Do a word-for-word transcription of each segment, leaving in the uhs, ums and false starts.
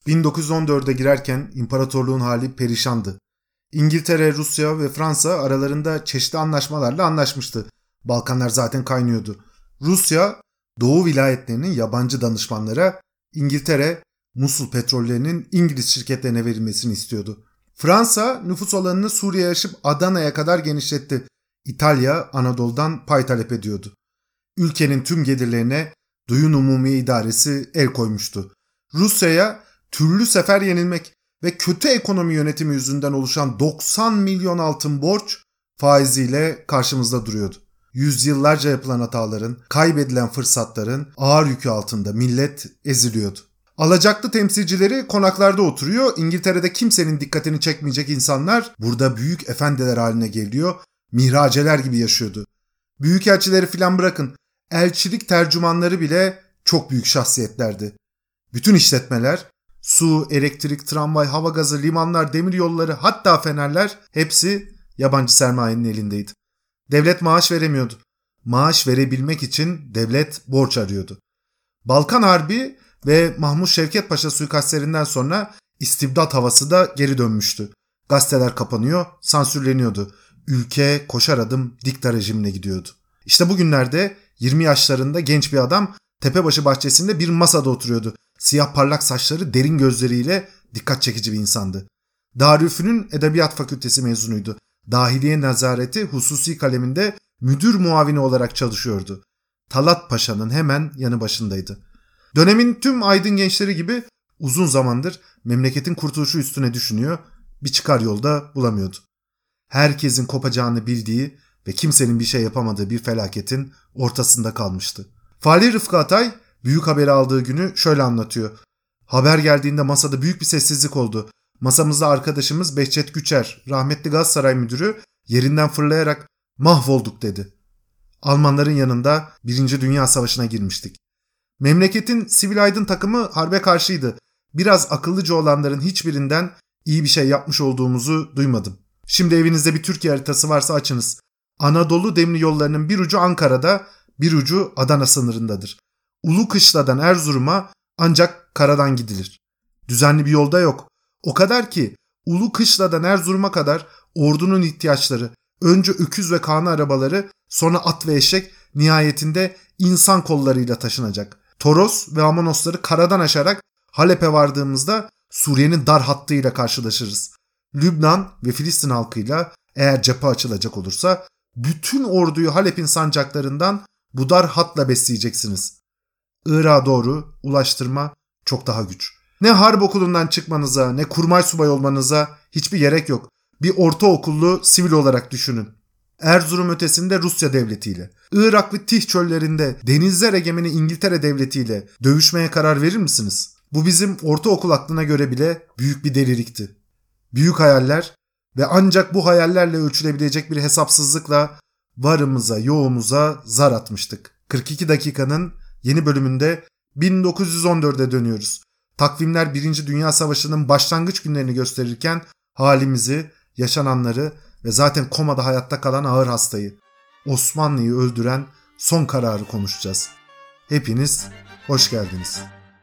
bin dokuz yüz on dörde girerken imparatorluğun hali perişandı. İngiltere, Rusya ve Fransa aralarında çeşitli anlaşmalarla anlaşmıştı. Balkanlar zaten kaynıyordu. Rusya, Doğu vilayetlerinin yabancı danışmanlara, İngiltere, Musul petrollerinin İngiliz şirketlerine verilmesini istiyordu. Fransa nüfus alanını Suriye'ye aşıp Adana'ya kadar genişletti. İtalya Anadolu'dan pay talep ediyordu. Ülkenin tüm gelirlerine Duyun Umumiye İdaresi el koymuştu. Rusya'ya türlü sefer yenilmek ve kötü ekonomi yönetimi yüzünden oluşan doksan milyon altın borç faiziyle karşımızda duruyordu. Yüzyıllarca yapılan hataların, kaybedilen fırsatların ağır yükü altında millet eziliyordu. Alacaklı temsilcileri konaklarda oturuyor. İngiltere'de kimsenin dikkatini çekmeyecek insanlar burada büyük efendiler haline geliyor. Mihraceler gibi yaşıyordu. Büyükelçileri filan bırakın. Elçilik tercümanları bile çok büyük şahsiyetlerdi. Bütün işletmeler, su, elektrik, tramvay, hava gazı, limanlar, demiryolları, hatta fenerler hepsi yabancı sermayenin elindeydi. Devlet maaş veremiyordu. Maaş verebilmek için devlet borç arıyordu. Balkan Harbi ve Mahmut Şevket Paşa suikastlerinden sonra istibdat havası da geri dönmüştü. Gazeteler kapanıyor, sansürleniyordu. Ülke koşar adım dikta rejimine gidiyordu. İşte bugünlerde yirmi yaşlarında genç bir adam Tepebaşı bahçesinde bir masada oturuyordu. Siyah parlak saçları, derin gözleriyle dikkat çekici bir insandı. Darülfünun Edebiyat Fakültesi mezunuydu. Dahiliye Nezareti hususi kaleminde müdür muavini olarak çalışıyordu. Talat Paşa'nın hemen yanı başındaydı. Dönemin tüm aydın gençleri gibi uzun zamandır memleketin kurtuluşu üstüne düşünüyor, bir çıkar yolda bulamıyordu. Herkesin kopacağını bildiği ve kimsenin bir şey yapamadığı bir felaketin ortasında kalmıştı. Fali Rıfkı Atay büyük haberi aldığı günü şöyle anlatıyor. Haber geldiğinde masada büyük bir sessizlik oldu. Masamızda arkadaşımız Behçet Güçer, rahmetli Galatasaray müdürü, yerinden fırlayarak mahvolduk dedi. Almanların yanında Birinci Dünya Savaşı'na girmiştik. Memleketin sivil aydın takımı harbe karşıydı. Biraz akıllıca olanların hiçbirinden iyi bir şey yapmış olduğumuzu duymadım. Şimdi evinizde bir Türkiye haritası varsa açınız. Anadolu demir yollarının bir ucu Ankara'da, bir ucu Adana sınırındadır. Ulukışla'dan Erzurum'a ancak karadan gidilir. Düzenli bir yolda yok. O kadar ki Ulukışla'dan Erzurum'a kadar ordunun ihtiyaçları, önce öküz ve kana arabaları, sonra at ve eşek, nihayetinde insan kollarıyla taşınacak. Toros ve Amanosları karadan aşarak Halep'e vardığımızda Suriye'nin dar hattıyla karşılaşırız. Lübnan ve Filistin halkıyla eğer cephe açılacak olursa bütün orduyu Halep'in sancaklarından bu dar hatla besleyeceksiniz. Irak'a doğru ulaştırma çok daha güç. Ne harp okulundan çıkmanıza, ne kurmay subay olmanıza hiçbir gerek yok. Bir ortaokullu sivil olarak düşünün. Erzurum ötesinde Rusya devletiyle, Irak ve Tih çöllerinde denizler egemeni İngiltere devletiyle dövüşmeye karar verir misiniz? Bu bizim ortaokul aklına göre bile büyük bir delilikti. Büyük hayaller ve ancak bu hayallerle ölçülebilecek bir hesapsızlıkla varımıza yoğumuza zar atmıştık. kırk iki dakikanın yeni bölümünde bin dokuz yüz on dörde dönüyoruz. Takvimler Birinci Dünya Savaşı'nın başlangıç günlerini gösterirken halimizi, yaşananları ve zaten komada hayatta kalan ağır hastayı, Osmanlı'yı öldüren son kararı konuşacağız. Hepiniz hoş geldiniz.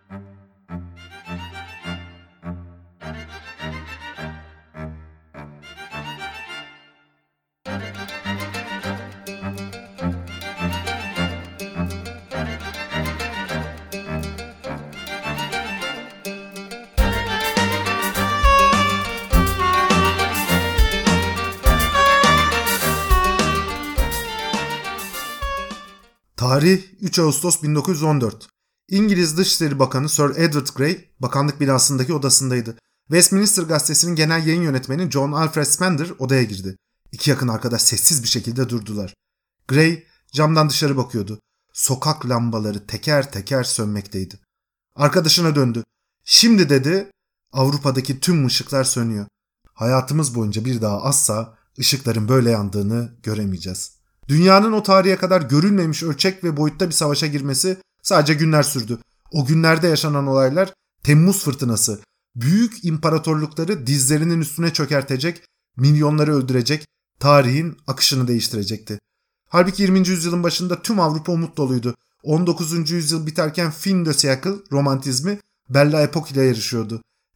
Tarih üç Ağustos bin dokuz yüz on dört. İngiliz Dışişleri Bakanı Sir Edward Grey bakanlık binasındaki odasındaydı. Westminster Gazetesi'nin genel yayın yönetmeni John Alfred Spender odaya girdi. İki yakın arkadaş sessiz bir şekilde durdular. Grey camdan dışarı bakıyordu. Sokak lambaları teker teker sönmekteydi. Arkadaşına döndü. Şimdi dedi, Avrupa'daki tüm ışıklar sönüyor. Hayatımız boyunca bir daha asla ışıkların böyle yandığını göremeyeceğiz. Dünyanın o tarihe kadar görülmemiş ölçek ve boyutta bir savaşa girmesi sadece günler sürdü. O günlerde yaşanan olaylar Temmuz fırtınası, büyük imparatorlukları dizlerinin üstüne çökertecek, milyonları öldürecek, tarihin akışını değiştirecekti. Halbuki yirminci yüzyılın başında tüm Avrupa umut doluydu. on dokuzuncu yüzyıl biterken fin de siècle romantizmi Belle Époque ile yarışıyordu.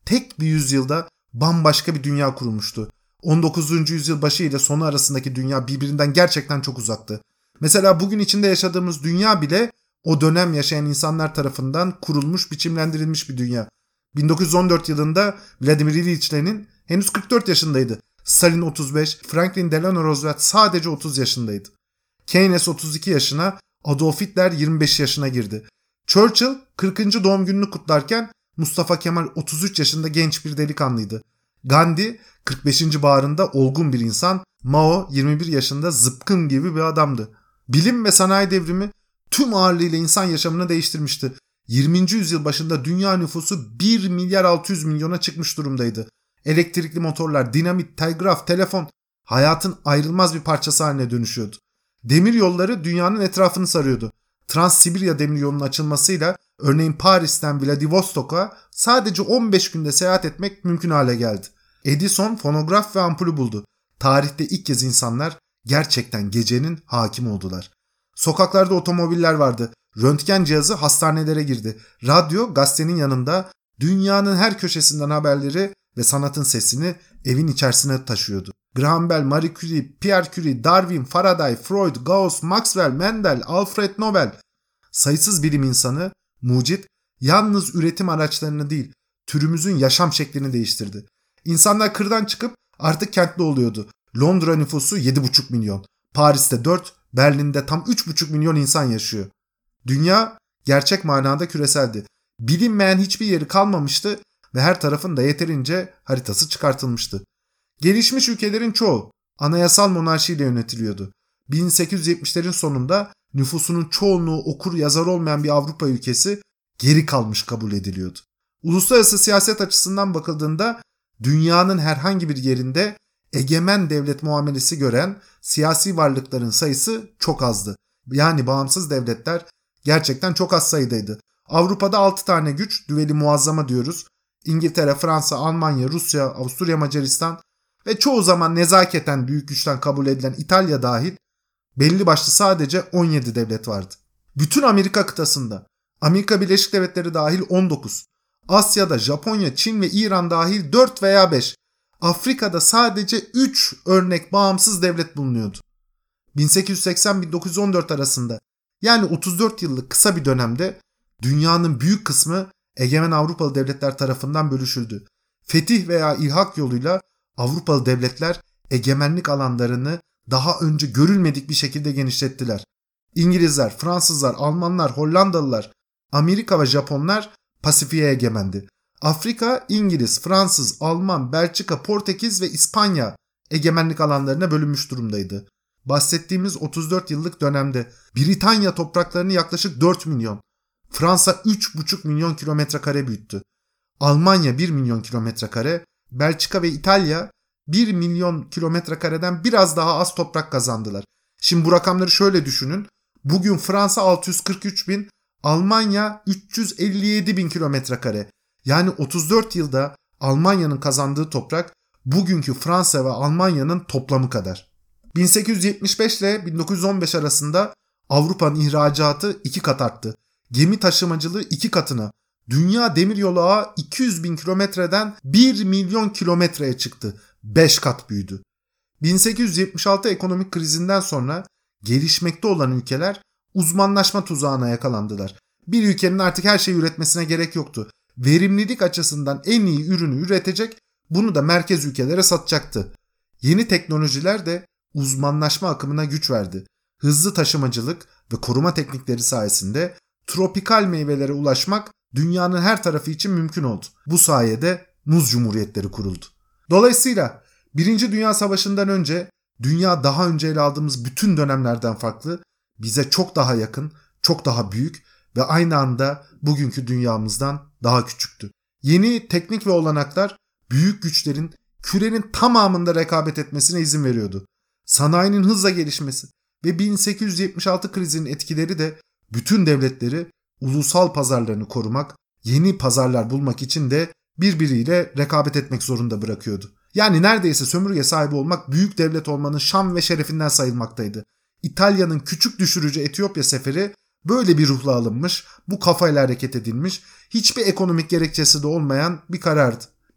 tek bir yüzyılda bambaşka bir dünya kurulmuştu. on dokuzuncu yüzyıl başı ile sonu arasındaki dünya birbirinden gerçekten çok uzaktı. Mesela bugün içinde yaşadığımız dünya bile o dönem yaşayan insanlar tarafından kurulmuş, biçimlendirilmiş bir dünya. bin dokuz yüz on dört yılında Vladimir İliç Lenin henüz kırk dört yaşındaydı. Stalin otuz beş, Franklin Delano Roosevelt sadece otuz yaşındaydı. Keynes otuz iki yaşına, Adolf Hitler yirmi beş yaşına girdi. Churchill kırkıncı doğum gününü kutlarken Mustafa Kemal otuz üç yaşında genç bir delikanlıydı. Gandhi kırk beşinci baharında olgun bir insan, Mao yirmi bir yaşında zıpkın gibi bir adamdı. Bilim ve sanayi devrimi tüm ağırlığıyla insan yaşamını değiştirmişti. yirminci yüzyıl başında dünya nüfusu bir milyar altı yüz milyona çıkmış durumdaydı. Elektrikli motorlar, dinamit, telgraf, telefon hayatın ayrılmaz bir parçası haline dönüşüyordu. Demir yolları dünyanın etrafını sarıyordu. Trans-Sibirya demiryolunun açılmasıyla örneğin Paris'ten Vladivostok'a sadece on beş günde seyahat etmek mümkün hale geldi. Edison fonograf ve ampulü buldu. Tarihte ilk kez insanlar gerçekten gecenin hakimi oldular. Sokaklarda otomobiller vardı. Röntgen cihazı hastanelere girdi. Radyo gazetenin yanında dünyanın her köşesinden haberleri ve sanatın sesini evin içerisine taşıyordu. Graham Bell, Marie Curie, Pierre Curie, Darwin, Faraday, Freud, Gauss, Maxwell, Mendel, Alfred Nobel. Sayısız bilim insanı, mucit, yalnız üretim araçlarını değil, türümüzün yaşam şeklini değiştirdi. İnsanlar kırdan çıkıp artık kentli oluyordu. Londra nüfusu yedi buçuk milyon. Paris'te dört, Berlin'de tam üç buçuk milyon insan yaşıyor. Dünya gerçek manada küreseldi. Bilinmeyen hiçbir yeri kalmamıştı ve her tarafın da yeterince haritası çıkartılmıştı. Gelişmiş ülkelerin çoğu anayasal monarşiyle yönetiliyordu. bin sekiz yüz yetmişlerin sonunda nüfusunun çoğunluğu okur yazar olmayan bir Avrupa ülkesi geri kalmış kabul ediliyordu. Uluslararası siyaset açısından bakıldığında dünyanın herhangi bir yerinde egemen devlet muamelesi gören siyasi varlıkların sayısı çok azdı. Yani bağımsız devletler gerçekten çok az sayıdaydı. Avrupa'da altı tane güç, düveli muazzama diyoruz. İngiltere, Fransa, Almanya, Rusya, Avusturya, Macaristan ve çoğu zaman nezaketen büyük güçten kabul edilen İtalya dahil belli başlı sadece on yedi devlet vardı. Bütün Amerika kıtasında, Amerika Birleşik Devletleri dahil on dokuz, Asya'da Japonya, Çin ve İran dahil dört veya beş, Afrika'da sadece üç örnek bağımsız devlet bulunuyordu. bin sekiz yüz seksen bin dokuz yüz on dört arasında yani otuz dört yıllık kısa bir dönemde dünyanın büyük kısmı egemen Avrupalı devletler tarafından bölüşüldü. Fetih veya ilhak yoluyla Avrupalı devletler egemenlik alanlarını daha önce görülmedik bir şekilde genişlettiler. İngilizler, Fransızlar, Almanlar, Hollandalılar, Amerika ve Japonlar Pasifik'e egemendi. Afrika, İngiliz, Fransız, Alman, Belçika, Portekiz ve İspanya egemenlik alanlarına bölünmüş durumdaydı. Bahsettiğimiz otuz dört yıllık dönemde Britanya topraklarını yaklaşık dört milyon, Fransa üç buçuk milyon kilometre kare büyüttü. Almanya bir milyon kilometre kare, Belçika ve İtalya bir milyon kilometre kareden biraz daha az toprak kazandılar. Şimdi bu rakamları şöyle düşünün. Bugün Fransa altı yüz kırk üç bin, Almanya üç yüz elli yedi bin kilometre kare. Yani otuz dört yılda Almanya'nın kazandığı toprak bugünkü Fransa ve Almanya'nın toplamı kadar. bin sekiz yüz yetmiş beş ile bin dokuz yüz on beş arasında Avrupa'nın ihracatı iki kat arttı. Gemi taşımacılığı iki katına, dünya demiryolu ağı iki yüz bin kilometreden bir milyon kilometreye çıktı. beş kat büyüdü. bin sekiz yüz yetmiş altı ekonomik krizinden sonra gelişmekte olan ülkeler uzmanlaşma tuzağına yakalandılar. Bir ülkenin artık her şeyi üretmesine gerek yoktu. Verimlilik açısından en iyi ürünü üretecek, bunu da merkez ülkelere satacaktı. Yeni teknolojiler de uzmanlaşma akımına güç verdi. Hızlı taşımacılık ve koruma teknikleri sayesinde tropikal meyvelere ulaşmak dünyanın her tarafı için mümkün oldu. Bu sayede muz cumhuriyetleri kuruldu. Dolayısıyla Birinci Dünya Savaşı'ndan önce dünya daha önce ele aldığımız bütün dönemlerden farklı, bize çok daha yakın, çok daha büyük ve aynı anda bugünkü dünyamızdan daha küçüktü. Yeni teknik ve olanaklar büyük güçlerin kürenin tamamında rekabet etmesine izin veriyordu. Sanayinin hızla gelişmesi ve bin sekiz yüz yetmiş altı krizinin etkileri de bütün devletleri ulusal pazarlarını korumak, yeni pazarlar bulmak için de birbiriyle rekabet etmek zorunda bırakıyordu. Yani neredeyse sömürge sahibi olmak büyük devlet olmanın şan ve şerefinden sayılmaktaydı. İtalya'nın küçük düşürücü Etiyopya seferi böyle bir ruhla alınmış, bu kafayla hareket edilmiş, hiçbir ekonomik gerekçesi de olmayan bir karardı.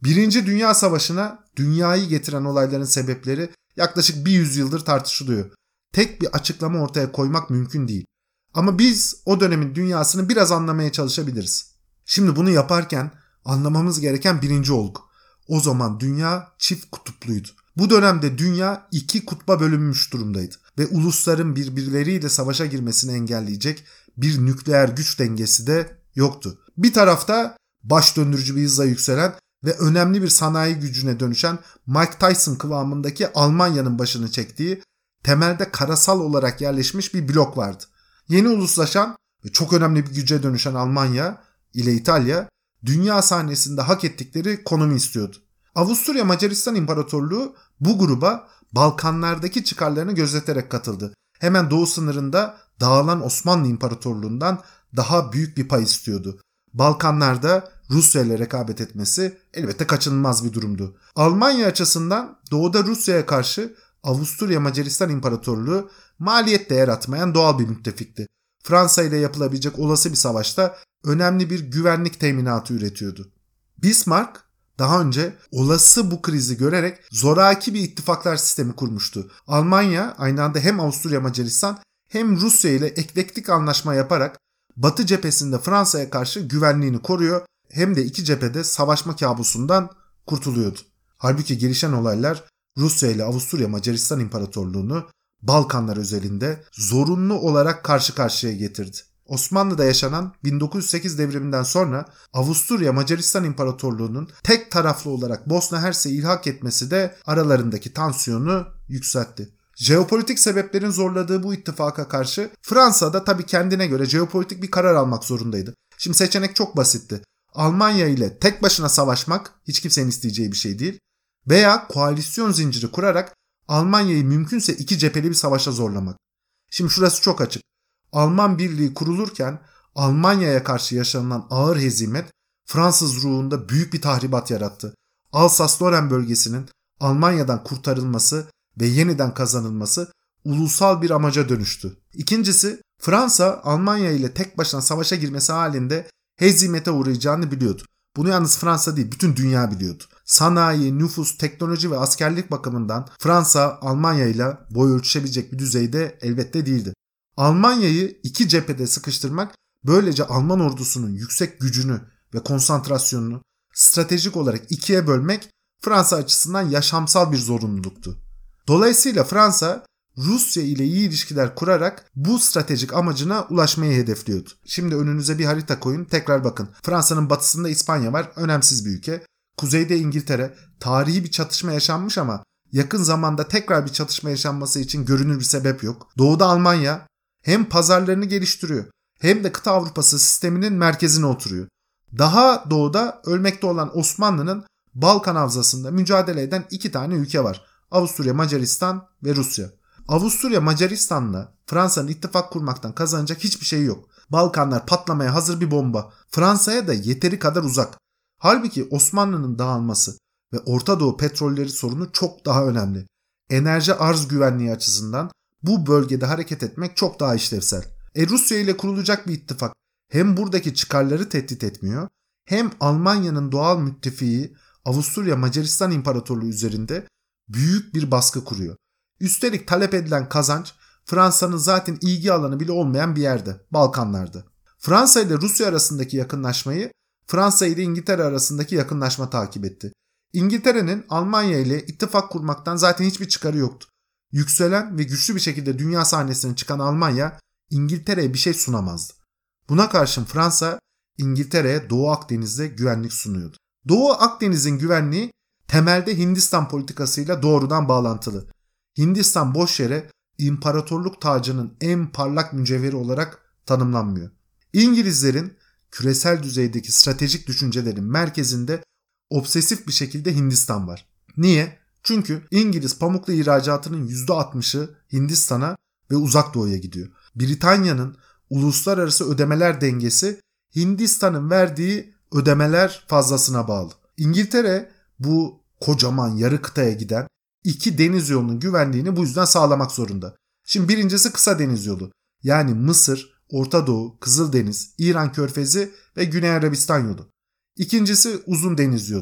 Birinci Dünya Savaşı'na dünyayı getiren olayların sebepleri yaklaşık bir yüzyıldır tartışılıyor. Tek bir açıklama ortaya koymak mümkün değil. Ama biz o dönemin dünyasını biraz anlamaya çalışabiliriz. Şimdi bunu yaparken anlamamız gereken birinci olgu. O zaman dünya çift kutupluydu. Bu dönemde dünya iki kutba bölünmüş durumdaydı ve ulusların birbirleriyle savaşa girmesini engelleyecek bir nükleer güç dengesi de yoktu. Bir tarafta baş döndürücü bir hızla yükselen ve önemli bir sanayi gücüne dönüşen Mike Tyson kıvamındaki Almanya'nın başını çektiği, temelde karasal olarak yerleşmiş bir blok vardı. Yeni uluslaşan ve çok önemli bir güce dönüşen Almanya ile İtalya, dünya sahnesinde hak ettikleri konumu istiyordu. Avusturya Macaristan İmparatorluğu bu gruba Balkanlardaki çıkarlarını gözeterek katıldı. Hemen doğu sınırında dağılan Osmanlı İmparatorluğu'ndan daha büyük bir pay istiyordu. Balkanlarda Rusya ile rekabet etmesi elbette kaçınılmaz bir durumdu. Almanya açısından doğuda Rusya'ya karşı Avusturya Macaristan İmparatorluğu maliyet değer atmayan doğal bir müttefikti. Fransa ile yapılabilecek olası bir savaşta önemli bir güvenlik teminatı üretiyordu. Bismarck daha önce olası bu krizi görerek zoraki bir ittifaklar sistemi kurmuştu. Almanya aynı anda hem Avusturya Macaristan hem Rusya ile eklektik anlaşma yaparak Batı cephesinde Fransa'ya karşı güvenliğini koruyor, hem de iki cephede savaşma kabusundan kurtuluyordu. Halbuki gelişen olaylar Rusya ile Avusturya Macaristan İmparatorluğu'nu Balkanlar özelinde zorunlu olarak karşı karşıya getirdi. Osmanlı'da yaşanan bin dokuz yüz sekiz devriminden sonra Avusturya Macaristan İmparatorluğu'nun tek taraflı olarak Bosna Hersek'i ilhak etmesi de aralarındaki tansiyonu yükseltti. Jeopolitik sebeplerin zorladığı bu ittifaka karşı Fransa da tabii kendine göre jeopolitik bir karar almak zorundaydı. Şimdi seçenek çok basitti. Almanya ile tek başına savaşmak hiç kimsenin isteyeceği bir şey değil. Veya koalisyon zinciri kurarak Almanya'yı mümkünse iki cepheli bir savaşa zorlamak. Şimdi şurası çok açık. Alman Birliği kurulurken Almanya'ya karşı yaşanılan ağır hezimet Fransız ruhunda büyük bir tahribat yarattı. Alsas-Lorraine bölgesinin Almanya'dan kurtarılması ve yeniden kazanılması ulusal bir amaca dönüştü. İkincisi, Fransa Almanya ile tek başına savaşa girmesi halinde hezimete uğrayacağını biliyordu. Bunu yalnız Fransa değil, bütün dünya biliyordu. Sanayi, nüfus, teknoloji ve askerlik bakımından Fransa Almanya ile boy ölçüşebilecek bir düzeyde elbette değildi. Almanya'yı iki cephede sıkıştırmak, böylece Alman ordusunun yüksek gücünü ve konsantrasyonunu stratejik olarak ikiye bölmek Fransa açısından yaşamsal bir zorunluluktu. Dolayısıyla Fransa Rusya ile iyi ilişkiler kurarak bu stratejik amacına ulaşmayı hedefliyordu. Şimdi önünüze bir harita koyun, tekrar bakın. Fransa'nın batısında İspanya var, önemsiz bir ülke. Kuzeyde İngiltere, tarihi bir çatışma yaşanmış ama yakın zamanda tekrar bir çatışma yaşanması için görünür bir sebep yok. Doğuda Almanya hem pazarlarını geliştiriyor hem de kıta Avrupası sisteminin merkezine oturuyor. Daha doğuda ölmekte olan Osmanlı'nın Balkan havzasında mücadele eden iki tane ülke var. Avusturya Macaristan ve Rusya. Avusturya Macaristan'la Fransa'nın ittifak kurmaktan kazanacak hiçbir şey yok. Balkanlar patlamaya hazır bir bomba. Fransa'ya da yeteri kadar uzak. Halbuki Osmanlı'nın dağılması ve Orta Doğu petrolleri sorunu çok daha önemli. Enerji arz güvenliği açısından bu bölgede hareket etmek çok daha işlevsel. E Rusya ile kurulacak bir ittifak hem buradaki çıkarları tehdit etmiyor, hem Almanya'nın doğal müttefiği Avusturya Macaristan İmparatorluğu üzerinde büyük bir baskı kuruyor. Üstelik talep edilen kazanç Fransa'nın zaten ilgi alanı bile olmayan bir yerde, Balkanlarda. Fransa ile Rusya arasındaki yakınlaşmayı Fransa ile İngiltere arasındaki yakınlaşma takip etti. İngiltere'nin Almanya ile ittifak kurmaktan zaten hiçbir çıkarı yoktu. Yükselen ve güçlü bir şekilde dünya sahnesine çıkan Almanya İngiltere'ye bir şey sunamazdı. Buna karşın Fransa İngiltere'ye Doğu Akdeniz'de güvenlik sunuyordu. Doğu Akdeniz'in güvenliği temelde Hindistan politikasıyla doğrudan bağlantılı. Hindistan boş yere imparatorluk tacının en parlak mücevheri olarak tanımlanmıyor. İngilizlerin küresel düzeydeki stratejik düşüncelerin merkezinde obsesif bir şekilde Hindistan var. Niye? Çünkü İngiliz pamuklu ihracatının yüzde altmışı Hindistan'a ve Uzak Doğu'ya gidiyor. Britanya'nın uluslararası ödemeler dengesi Hindistan'ın verdiği ödemeler fazlasına bağlı. İngiltere bu kocaman yarı kıtaya giden iki deniz yolunun güvenliğini bu yüzden sağlamak zorunda. Şimdi birincisi kısa deniz yolu. Yani Mısır, Orta Doğu, Kızıldeniz, İran Körfezi ve Güney Arabistan yolu. İkincisi uzun deniz yolu.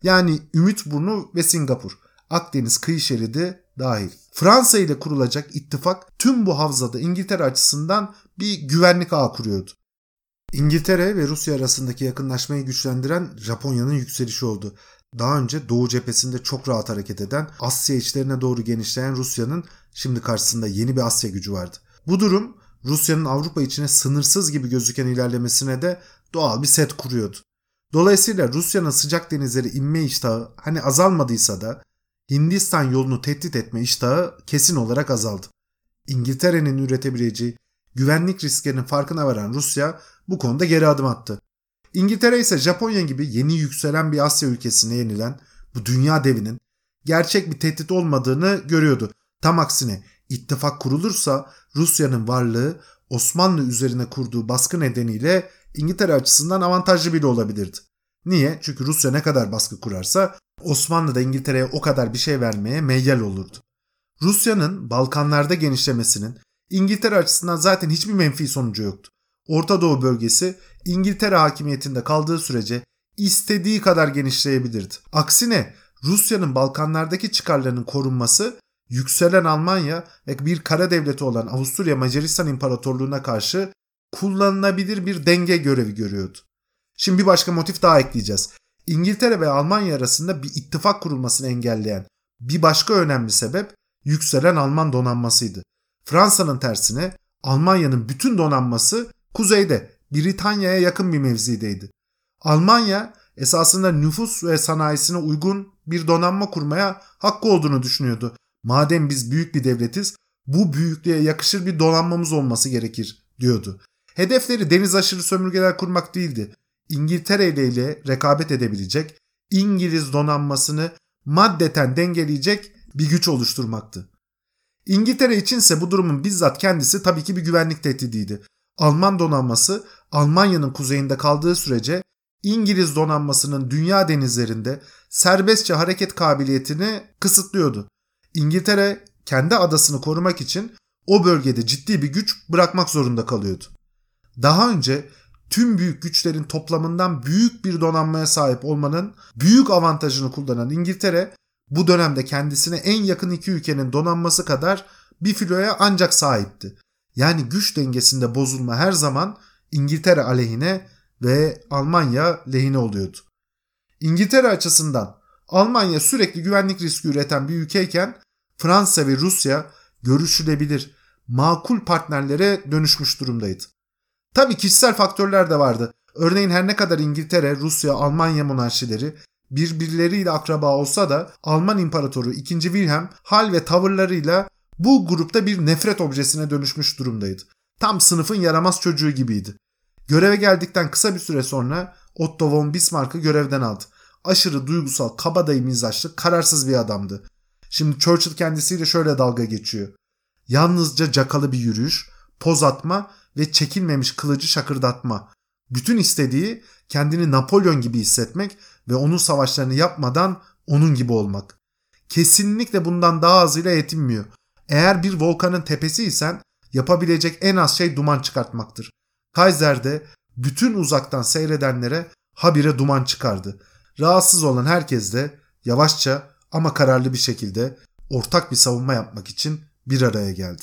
Yani Ümitburnu ve Singapur, Akdeniz kıyı şeridi dahil. Fransa ile kurulacak ittifak tüm bu havzada İngiltere açısından bir güvenlik ağı kuruyordu. İngiltere ve Rusya arasındaki yakınlaşmayı güçlendiren Japonya'nın yükselişi oldu. Daha önce Doğu cephesinde çok rahat hareket eden, Asya içlerine doğru genişleyen Rusya'nın şimdi karşısında yeni bir Asya gücü vardı. Bu durum Rusya'nın Avrupa içine sınırsız gibi gözüken ilerlemesine de doğal bir set kuruyordu. Dolayısıyla Rusya'nın sıcak denizlere inme iştahı hani azalmadıysa da Hindistan yolunu tehdit etme iştahı kesin olarak azaldı. İngiltere'nin üretebileceği güvenlik risklerinin farkına varan Rusya bu konuda geri adım attı. İngiltere ise Japonya gibi yeni yükselen bir Asya ülkesine yenilen bu dünya devinin gerçek bir tehdit olmadığını görüyordu. Tam aksine ittifak kurulursa Rusya'nın varlığı Osmanlı üzerine kurduğu baskı nedeniyle İngiltere açısından avantajlı bile olabilirdi. Niye? Çünkü Rusya ne kadar baskı kurarsa Osmanlı da İngiltere'ye o kadar bir şey vermeye meyyal olurdu. Rusya'nın Balkanlarda genişlemesinin İngiltere açısından zaten hiçbir menfi sonucu yoktu. Orta Doğu bölgesi İngiltere hakimiyetinde kaldığı sürece istediği kadar genişleyebilirdi. Aksine Rusya'nın Balkanlardaki çıkarlarının korunması yükselen Almanya ve bir kara devleti olan Avusturya Macaristan İmparatorluğu'na karşı kullanılabilir bir denge görevi görüyordu. Şimdi bir başka motif daha ekleyeceğiz. İngiltere ve Almanya arasında bir ittifak kurulmasını engelleyen bir başka önemli sebep yükselen Alman donanmasıydı. Fransa'nın tersine Almanya'nın bütün donanması kuzeyde, Britanya'ya yakın bir mevzideydi. Almanya esasında nüfus ve sanayisine uygun bir donanma kurmaya hakkı olduğunu düşünüyordu. Madem biz büyük bir devletiz, bu büyüklüğe yakışır bir donanmamız olması gerekir diyordu. Hedefleri deniz aşırı sömürgeler kurmak değildi. İngiltere ile rekabet edebilecek, İngiliz donanmasını maddeten dengeleyecek bir güç oluşturmaktı. İngiltere içinse bu durumun bizzat kendisi tabii ki bir güvenlik tehdidiydi. Alman donanması Almanya'nın kuzeyinde kaldığı sürece İngiliz donanmasının dünya denizlerinde serbestçe hareket kabiliyetini kısıtlıyordu. İngiltere kendi adasını korumak için o bölgede ciddi bir güç bırakmak zorunda kalıyordu. Daha önce tüm büyük güçlerin toplamından büyük bir donanmaya sahip olmanın büyük avantajını kullanan İngiltere bu dönemde kendisine en yakın iki ülkenin donanması kadar bir filoya ancak sahipti. Yani güç dengesinde bozulma her zaman İngiltere aleyhine ve Almanya lehine oluyordu. İngiltere açısından Almanya sürekli güvenlik riski üreten bir ülkeyken Fransa ve Rusya görüşülebilir, makul partnerlere dönüşmüş durumdaydı. Tabii kişisel faktörler de vardı. Örneğin her ne kadar İngiltere, Rusya, Almanya monarşileri birbirleriyle akraba olsa da Alman İmparatoru ikinci. Wilhelm hal ve tavırlarıyla bu grupta bir nefret objesine dönüşmüş durumdaydı. Tam sınıfın yaramaz çocuğu gibiydi. Göreve geldikten kısa bir süre sonra Otto von Bismarck'ı görevden aldı. Aşırı duygusal, kabadayı mizaçlı, kararsız bir adamdı. Şimdi Churchill kendisiyle şöyle dalga geçiyor. Yalnızca cakalı bir yürüyüş, poz atma ve çekilmemiş kılıcı şakırdatma. Bütün istediği kendini Napolyon gibi hissetmek ve onun savaşlarını yapmadan onun gibi olmak. Kesinlikle bundan daha azıyla yetinmiyor. Eğer bir volkanın tepesiysen yapabilecek en az şey duman çıkartmaktır. Kaiser de bütün uzaktan seyredenlere habire duman çıkardı. Rahatsız olan herkes de yavaşça ama kararlı bir şekilde ortak bir savunma yapmak için bir araya geldi.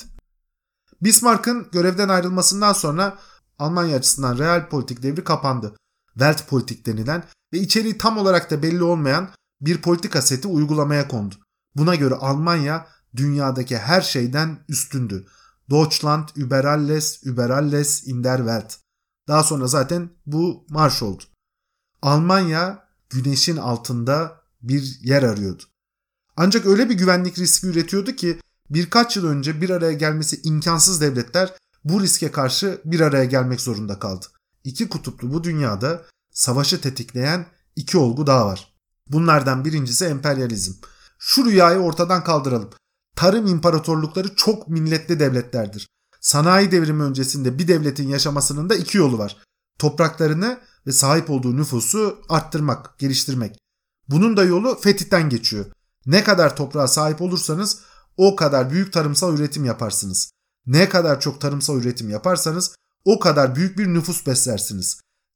Bismarck'ın görevden ayrılmasından sonra Almanya açısından real politik devri kapandı. Weltpolitik denilen ve içeriği tam olarak da belli olmayan bir politika seti uygulamaya kondu. Buna göre Almanya dünyadaki her şeyden üstündü. Deutschland über alles, über alles in der Welt. Daha sonra zaten bu marş oldu. Almanya güneşin altında bir yer arıyordu. Ancak öyle bir güvenlik riski üretiyordu ki birkaç yıl önce bir araya gelmesi imkansız devletler bu riske karşı bir araya gelmek zorunda kaldı. İki kutuplu bu dünyada savaşı tetikleyen iki olgu daha var. Bunlardan birincisi emperyalizm. Şu rüyayı ortadan kaldıralım. Tarım imparatorlukları çok milletli devletlerdir. Sanayi devrimi öncesinde bir devletin yaşamasının da iki yolu var. Topraklarını ve sahip olduğu nüfusu arttırmak, geliştirmek. Bunun da yolu fetihten geçiyor. Ne kadar toprağa sahip olursanız o kadar büyük tarımsal üretim yaparsınız. Ne kadar çok tarımsal üretim yaparsanız o kadar büyük bir nüfus beslersiniz.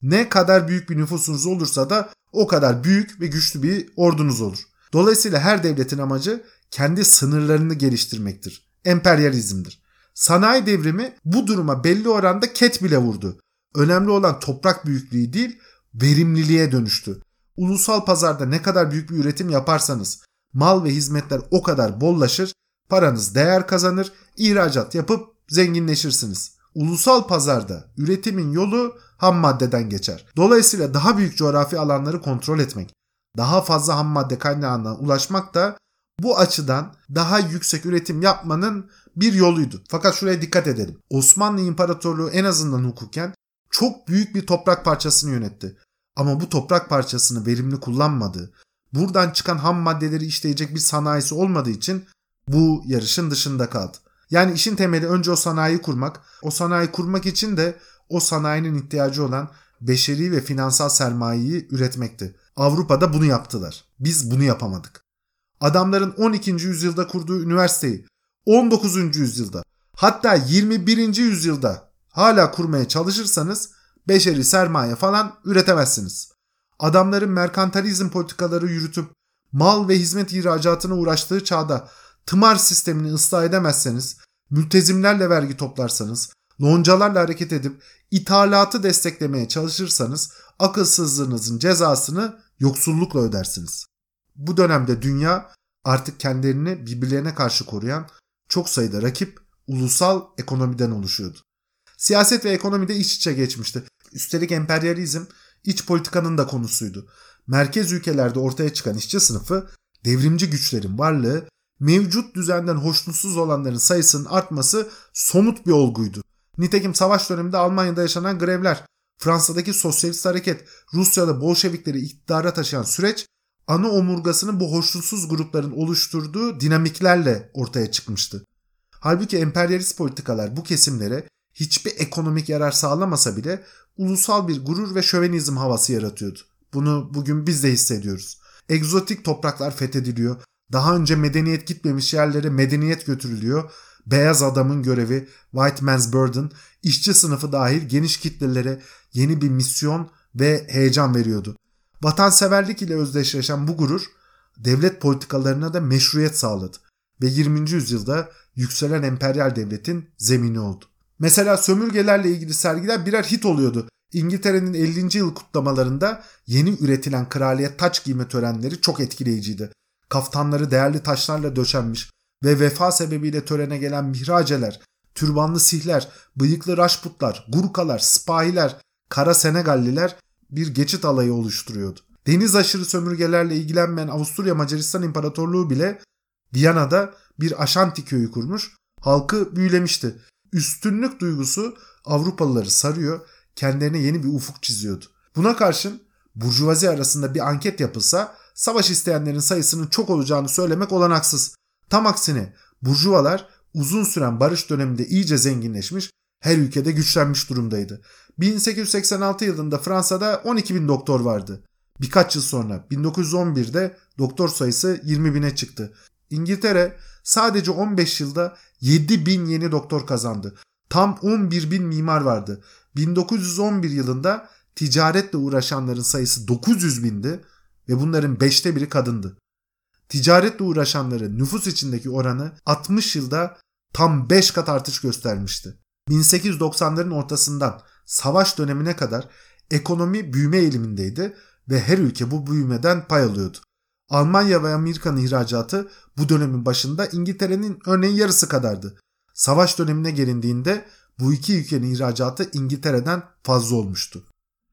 Ne kadar büyük bir nüfusunuz olursa da o kadar büyük ve güçlü bir ordunuz olur. Dolayısıyla her devletin amacı kendi sınırlarını geliştirmektir. Emperyalizmdir. Sanayi devrimi bu duruma belli oranda ket bile vurdu. Önemli olan toprak büyüklüğü değil, verimliliğe dönüştü. Ulusal pazarda ne kadar büyük bir üretim yaparsanız mal ve hizmetler o kadar bollaşır, paranız değer kazanır, ihracat yapıp zenginleşirsiniz. Ulusal pazarda üretimin yolu ham maddeden geçer. Dolayısıyla daha büyük coğrafi alanları kontrol etmek, daha fazla ham madde kaynağına ulaşmak da bu açıdan daha yüksek üretim yapmanın bir yoluydu. Fakat şuraya dikkat edelim. Osmanlı İmparatorluğu en azından hukuken çok büyük bir toprak parçasını yönetti. Ama bu toprak parçasını verimli kullanmadığı, buradan çıkan ham maddeleri işleyecek bir sanayisi olmadığı için bu yarışın dışında kaldı. Yani işin temeli önce o sanayiyi kurmak, o sanayi kurmak için de o sanayinin ihtiyacı olan beşeri ve finansal sermayeyi üretmekti. Avrupa'da bunu yaptılar. Biz bunu yapamadık. Adamların on ikinci yüzyılda kurduğu üniversiteyi on dokuzuncu yüzyılda, hatta yirmi birinci yüzyılda hala kurmaya çalışırsanız beşeri sermaye falan üretemezsiniz. Adamların merkantilizm politikaları yürütüp mal ve hizmet ihracatına uğraştığı çağda tımar sistemini ıslah edemezseniz, mültezimlerle vergi toplarsanız, loncalarla hareket edip ithalatı desteklemeye çalışırsanız akılsızlığınızın cezasını yoksullukla ödersiniz. Bu dönemde dünya artık kendilerini birbirlerine karşı koruyan çok sayıda rakip ulusal ekonomiden oluşuyordu. Siyaset ve ekonomi de iç içe geçmişti. Üstelik emperyalizm iç politikanın da konusuydu. Merkez ülkelerde ortaya çıkan işçi sınıfı, devrimci güçlerin varlığı, mevcut düzenden hoşnutsuz olanların sayısının artması somut bir olguydu. Nitekim savaş döneminde Almanya'da yaşanan grevler, Fransa'daki sosyalist hareket, Rusya'da Bolşevikleri iktidara taşıyan süreç, ana omurgasını bu hoşnutsuz grupların oluşturduğu dinamiklerle ortaya çıkmıştı. Halbuki emperyalist politikalar bu kesimlere hiçbir ekonomik yarar sağlamasa bile ulusal bir gurur ve şövenizm havası yaratıyordu. Bunu bugün biz de hissediyoruz. Egzotik topraklar fethediliyor. Daha önce medeniyet gitmemiş yerlere medeniyet götürülüyor. Beyaz adamın görevi, white man's burden, işçi sınıfı dahil geniş kitlelere yeni bir misyon ve heyecan veriyordu. Vatanseverlik ile özdeşleşen bu gurur devlet politikalarına da meşruiyet sağladı ve yirminci yüzyılda yükselen emperyal devletin zemini oldu. Mesela sömürgelerle ilgili sergiler birer hit oluyordu. İngiltere'nin ellinci yıl kutlamalarında yeni üretilen kraliyet taç giyme törenleri çok etkileyiciydi. Kaftanları değerli taşlarla döşenmiş ve vefa sebebiyle törene gelen mihraceler, türbanlı sihler, bıyıklı raşputlar, gurkalar, sipahiler, kara Senegalliler bir geçit alayı oluşturuyordu. Deniz aşırı sömürgelerle ilgilenmeyen Avusturya Macaristan İmparatorluğu bile Viyana'da bir Aşanti köyü kurmuş, halkı büyülemişti. Üstünlük duygusu Avrupalıları sarıyor, kendilerine yeni bir ufuk çiziyordu. Buna karşın burjuvazi arasında bir anket yapılsa savaş isteyenlerin sayısının çok olacağını söylemek olanaksız. Tam aksine burjuvalar uzun süren barış döneminde iyice zenginleşmiş, her ülkede güçlenmiş durumdaydı. bin sekiz yüz seksen altı yılında Fransa'da on iki bin doktor vardı. Birkaç yıl sonra bin dokuz yüz on birde doktor sayısı yirmi bine çıktı. İngiltere sadece on beş yılda yedi bin yeni doktor kazandı. Tam on bir bin mimar vardı. bin dokuz yüz on bir yılında ticaretle uğraşanların sayısı dokuz yüz bindi ve bunların beşte biri kadındı. Ticaretle uğraşanların nüfus içindeki oranı altmış yılda tam beş kat artış göstermişti. bin sekiz yüz doksanların ortasından savaş dönemine kadar ekonomi büyüme eğilimindeydi ve her ülke bu büyümeden pay alıyordu. Almanya ve Amerika'nın ihracatı bu dönemin başında İngiltere'nin örneğin yarısı kadardı. Savaş dönemine gelindiğinde bu iki ülkenin ihracatı İngiltere'den fazla olmuştu.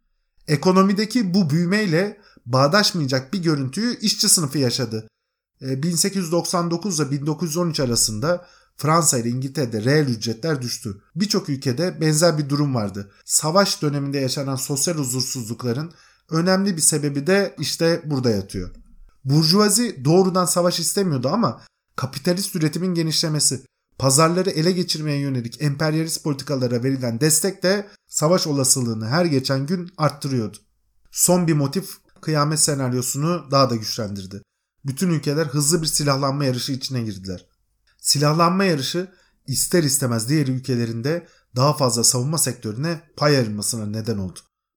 Ekonomideki bu büyümeyle bağdaşmayacak bir görüntüyü işçi sınıfı yaşadı. bin sekiz yüz doksan dokuz ile bin dokuz yüz on üç arasında Fransa ile İngiltere'de reel ücretler düştü. Birçok ülkede benzer bir durum vardı. Savaş döneminde yaşanan sosyal huzursuzlukların önemli bir sebebi de işte burada yatıyor. Burjuvazi doğrudan savaş istemiyordu ama kapitalist üretimin genişlemesi, pazarları ele geçirmeye yönelik emperyalist politikalara verilen destek de savaş olasılığını her geçen gün arttırıyordu. Son bir motif kıyamet senaryosunu daha da güçlendirdi. Bütün ülkeler hızlı bir silahlanma yarışı içine girdiler. Silahlanma yarışı ister istemez diğer ülkelerinde daha fazla savunma sektörüne pay ayrılmasına neden oldu.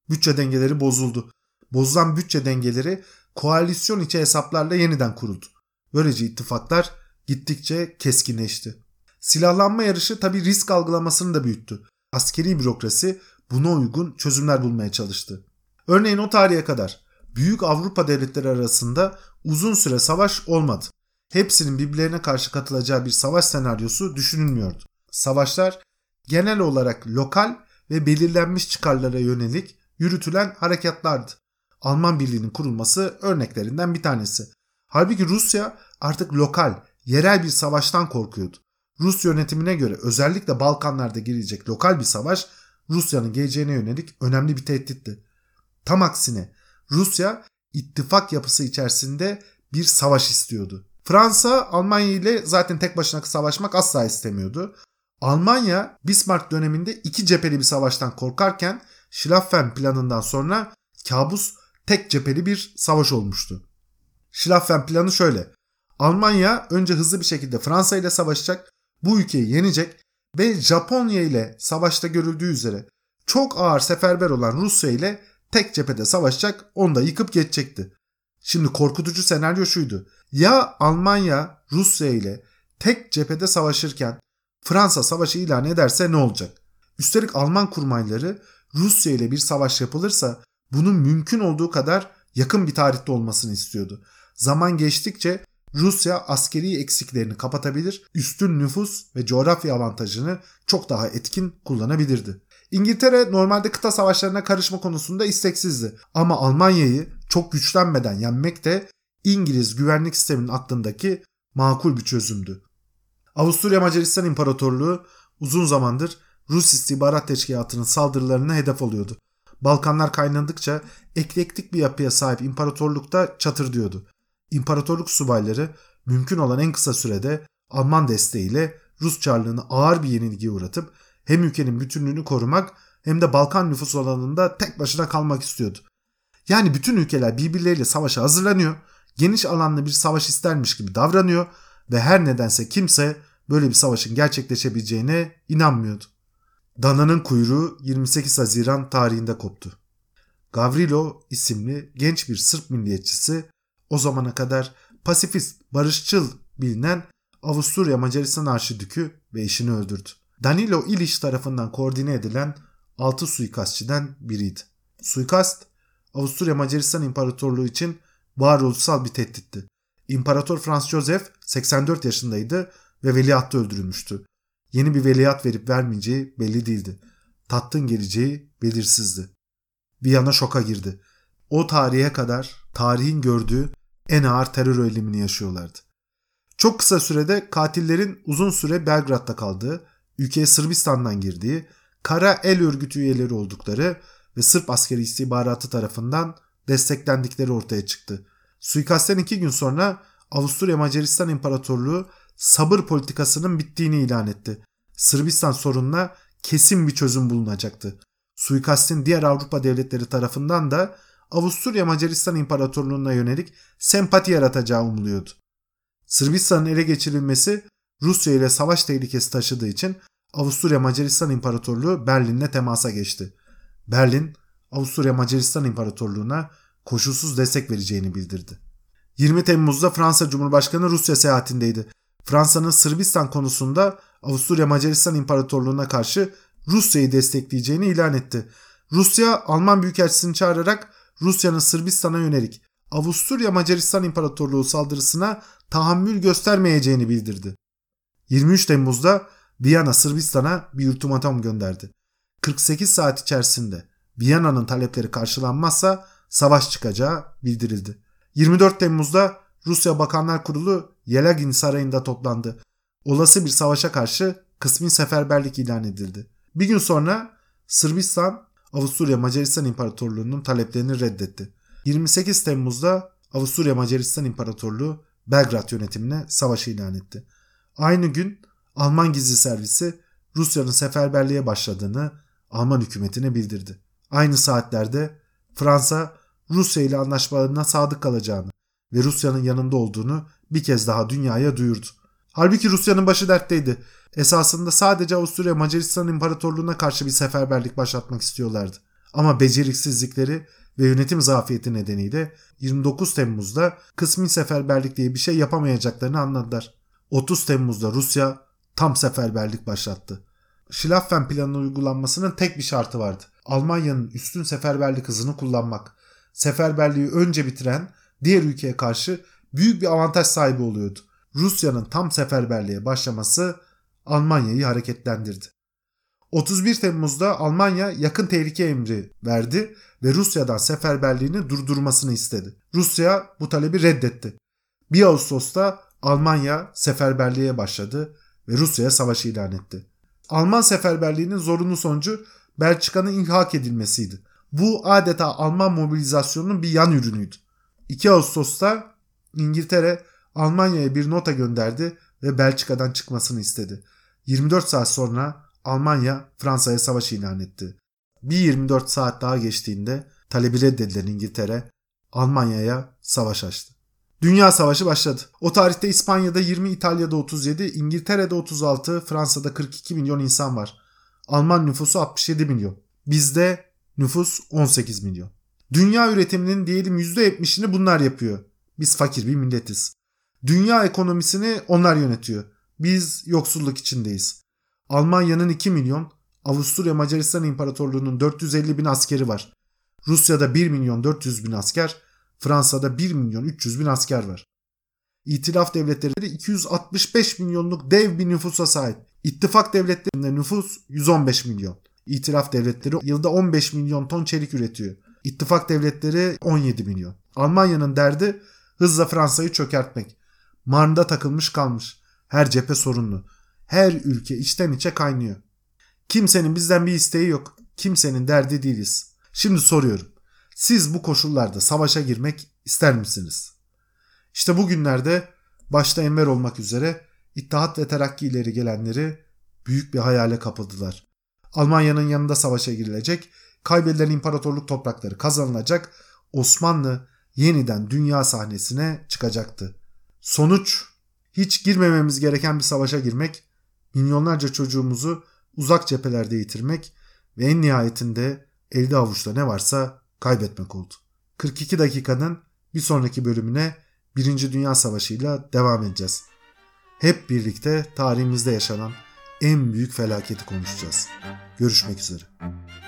Bütçe dengeleri bozuldu. Bozulan bütçe dengeleri koalisyon içi hesaplarla yeniden kuruldu. Böylece ittifaklar gittikçe keskinleşti. Silahlanma yarışı tabii risk algılamasını da büyüttü. Askeri bürokrasi buna uygun çözümler bulmaya çalıştı. Örneğin o tarihe kadar büyük Avrupa devletleri arasında uzun süre savaş olmadı. Hepsinin birbirlerine karşı katılacağı bir savaş senaryosu düşünülmüyordu. Savaşlar genel olarak lokal ve belirlenmiş çıkarlara yönelik yürütülen harekatlardı. Alman Birliği'nin kurulması örneklerinden bir tanesi. Halbuki Rusya artık lokal, yerel bir savaştan korkuyordu. Rus yönetimine göre özellikle Balkanlarda girecek lokal bir savaş Rusya'nın geleceğine yönelik önemli bir tehditti. Tam aksine Rusya ittifak yapısı içerisinde bir savaş istiyordu. Fransa Almanya ile zaten tek başına savaşmak asla istemiyordu. Almanya Bismarck döneminde iki cepheli bir savaştan korkarken Schlaffen planından sonra kabus tek cepheli bir savaş olmuştu. Schlaffen planı şöyle: Almanya önce hızlı bir şekilde Fransa ile savaşacak, bu ülkeyi yenecek ve Japonya ile savaşta görüldüğü üzere çok ağır seferber olan Rusya ile tek cephede savaşacak, onu da yıkıp geçecekti. Şimdi korkutucu senaryo şuydu: ya Almanya Rusya ile tek cephede savaşırken Fransa savaşı ilan ederse ne olacak? Üstelik Alman kurmayları Rusya ile bir savaş yapılırsa bunun mümkün olduğu kadar yakın bir tarihte olmasını istiyordu. Zaman geçtikçe Rusya askeri eksiklerini kapatabilir, üstün nüfus ve coğrafya avantajını çok daha etkin kullanabilirdi. İngiltere normalde kıta savaşlarına karışma konusunda isteksizdi ama Almanya'yı çok güçlenmeden yenmek de İngiliz güvenlik sisteminin aklındaki makul bir çözümdü. Avusturya Macaristan İmparatorluğu uzun zamandır Rus istihbarat teşkilatının saldırılarına hedef oluyordu. Balkanlar kaynadıkça eklektik bir yapıya sahip imparatorlukta çatırdıyordu. İmparatorluk subayları mümkün olan en kısa sürede Alman desteğiyle Rus Çarlığını ağır bir yenilgiye uğratıp hem ülkenin bütünlüğünü korumak hem de Balkan nüfus alanında tek başına kalmak istiyordu. Yani bütün ülkeler birbirleriyle savaşa hazırlanıyor, geniş alanlı bir savaş istermiş gibi davranıyor ve her nedense kimse böyle bir savaşın gerçekleşebileceğine inanmıyordu. Dananın kuyruğu yirmi sekiz Haziran tarihinde koptu. Gavrilo isimli genç bir Sırp milliyetçisi o zamana kadar pasifist, barışçıl bilinen Avusturya Macaristan Arşidükü ve eşini öldürdü. Danilo İliç tarafından koordine edilen altı suikastçiden biriydi. Suikast, Avusturya Macaristan İmparatorluğu için varoluşsal bir tehditti. İmparator Franz Joseph seksen dört yaşındaydı ve veliahtı öldürülmüştü. Yeni bir veliaht verip vermeyeceği belli değildi. Tahtın geleceği belirsizdi. Viyana şoka girdi. O tarihe kadar tarihin gördüğü en ağır terör eylemini yaşıyorlardı. Çok kısa sürede katillerin uzun süre Belgrad'da kaldığı, ülkeye Sırbistan'dan girdiği, Kara El Örgütü üyeleri oldukları ve Sırp askeri istihbaratı tarafından desteklendikleri ortaya çıktı. Suikastten iki gün sonra Avusturya Macaristan İmparatorluğu sabır politikasının bittiğini ilan etti. Sırbistan sorununa kesin bir çözüm bulunacaktı. Suikastin diğer Avrupa devletleri tarafından da Avusturya Macaristan İmparatorluğu'na yönelik sempati yaratacağı umuluyordu. Sırbistan'ın ele geçirilmesi Rusya ile savaş tehlikesi taşıdığı için Avusturya Macaristan İmparatorluğu Berlin'le temasa geçti. Berlin, Avusturya Macaristan İmparatorluğu'na koşulsuz destek vereceğini bildirdi. yirmi Temmuz'da Fransa Cumhurbaşkanı Rusya seyahatindeydi. Fransa'nın Sırbistan konusunda Avusturya Macaristan İmparatorluğu'na karşı Rusya'yı destekleyeceğini ilan etti. Rusya, Alman Büyükelçisini çağırarak Rusya'nın Sırbistan'a yönelik Avusturya Macaristan İmparatorluğu saldırısına tahammül göstermeyeceğini bildirdi. yirmi üç Temmuz'da Viyana Sırbistan'a bir ultimatum gönderdi. kırk sekiz saat içerisinde Viyana'nın talepleri karşılanmazsa savaş çıkacağı bildirildi. yirmi dört Temmuz'da Rusya Bakanlar Kurulu Yelagin Sarayı'nda toplandı. Olası bir savaşa karşı kısmi seferberlik ilan edildi. Bir gün sonra Sırbistan, Avusturya Macaristan İmparatorluğu'nun taleplerini reddetti. yirmi sekiz Temmuz'da Avusturya Macaristan İmparatorluğu Belgrad yönetimine savaşı ilan etti. Aynı gün Alman gizli servisi Rusya'nın seferberliğe başladığını Alman hükümetine bildirdi. Aynı saatlerde Fransa Rusya ile anlaşmalarına sadık kalacağını ve Rusya'nın yanında olduğunu bir kez daha dünyaya duyurdu. Halbuki Rusya'nın başı dertteydi. Esasında sadece Avusturya Macaristan İmparatorluğu'na karşı bir seferberlik başlatmak istiyorlardı. Ama beceriksizlikleri ve yönetim zafiyeti nedeniyle yirmi dokuz Temmuz'da kısmi seferberlik diye bir şey yapamayacaklarını anladılar. otuz Temmuz'da Rusya tam seferberlik başlattı. Schlaffen planının uygulanmasının tek bir şartı vardı. Almanya'nın üstün seferberlik hızını kullanmak. Seferberliği önce bitiren diğer ülkeye karşı büyük bir avantaj sahibi oluyordu. Rusya'nın tam seferberliğe başlaması Almanya'yı hareketlendirdi. otuz bir Temmuz'da Almanya yakın tehlike emri verdi ve Rusya'dan seferberliğini durdurmasını istedi. Rusya bu talebi reddetti. bir Ağustos'ta Almanya seferberliğe başladı ve Rusya'ya savaş ilan etti. Alman seferberliğinin zorunlu sonucu Belçika'nın ilhak edilmesiydi. Bu adeta Alman mobilizasyonunun bir yan ürünüydü. iki Ağustos'ta İngiltere Almanya'ya bir nota gönderdi ve Belçika'dan çıkmasını istedi. yirmi dört saat sonra Almanya Fransa'ya savaş ilan etti. Bir yirmi dört saat daha geçtiğinde talebi reddedilen İngiltere Almanya'ya savaş açtı. Dünya Savaşı başladı. O tarihte İspanya'da yirmi, İtalya'da otuz yedi, İngiltere'de otuz altı, Fransa'da kırk iki milyon insan var. Alman nüfusu altmış yedi milyon. Bizde nüfus on sekiz milyon. Dünya üretiminin diyelim yüzde yetmişini bunlar yapıyor. Biz fakir bir milletiz. Dünya ekonomisini onlar yönetiyor. Biz yoksulluk içindeyiz. Almanya'nın iki milyon, Avusturya Macaristan İmparatorluğu'nun dört yüz elli bin askeri var. Rusya'da bir milyon dört yüz bin asker, Fransa'da bir milyon üç yüz bin asker var. İtilaf devletleri iki yüz altmış beş milyonluk dev bir nüfusa sahip. İttifak devletlerinde nüfus yüz on beş milyon. İtilaf devletleri yılda on beş milyon ton çelik üretiyor. İttifak devletleri on yedi milyon. Almanya'nın derdi hızla Fransa'yı çökertmek. Marn'da takılmış kalmış. Her cephe sorunlu. Her ülke içten içe kaynıyor. Kimsenin bizden bir isteği yok. Kimsenin derdi değiliz. Şimdi soruyorum. Siz bu koşullarda savaşa girmek ister misiniz? İşte bugünlerde başta Enver olmak üzere İttihat ve Terakki ileri gelenleri büyük bir hayale kapıldılar. Almanya'nın yanında savaşa girilecek, kaybedilen imparatorluk toprakları kazanılacak, Osmanlı yeniden dünya sahnesine çıkacaktı. Sonuç, hiç girmememiz gereken bir savaşa girmek, milyonlarca çocuğumuzu uzak cephelerde yitirmek ve en nihayetinde elde avuçta ne varsa kaybetmek oldu. kırk iki dakikanın bir sonraki bölümüne Birinci Dünya Savaşı'yla devam edeceğiz. Hep birlikte tarihimizde yaşanan en büyük felaketi konuşacağız. Görüşmek üzere.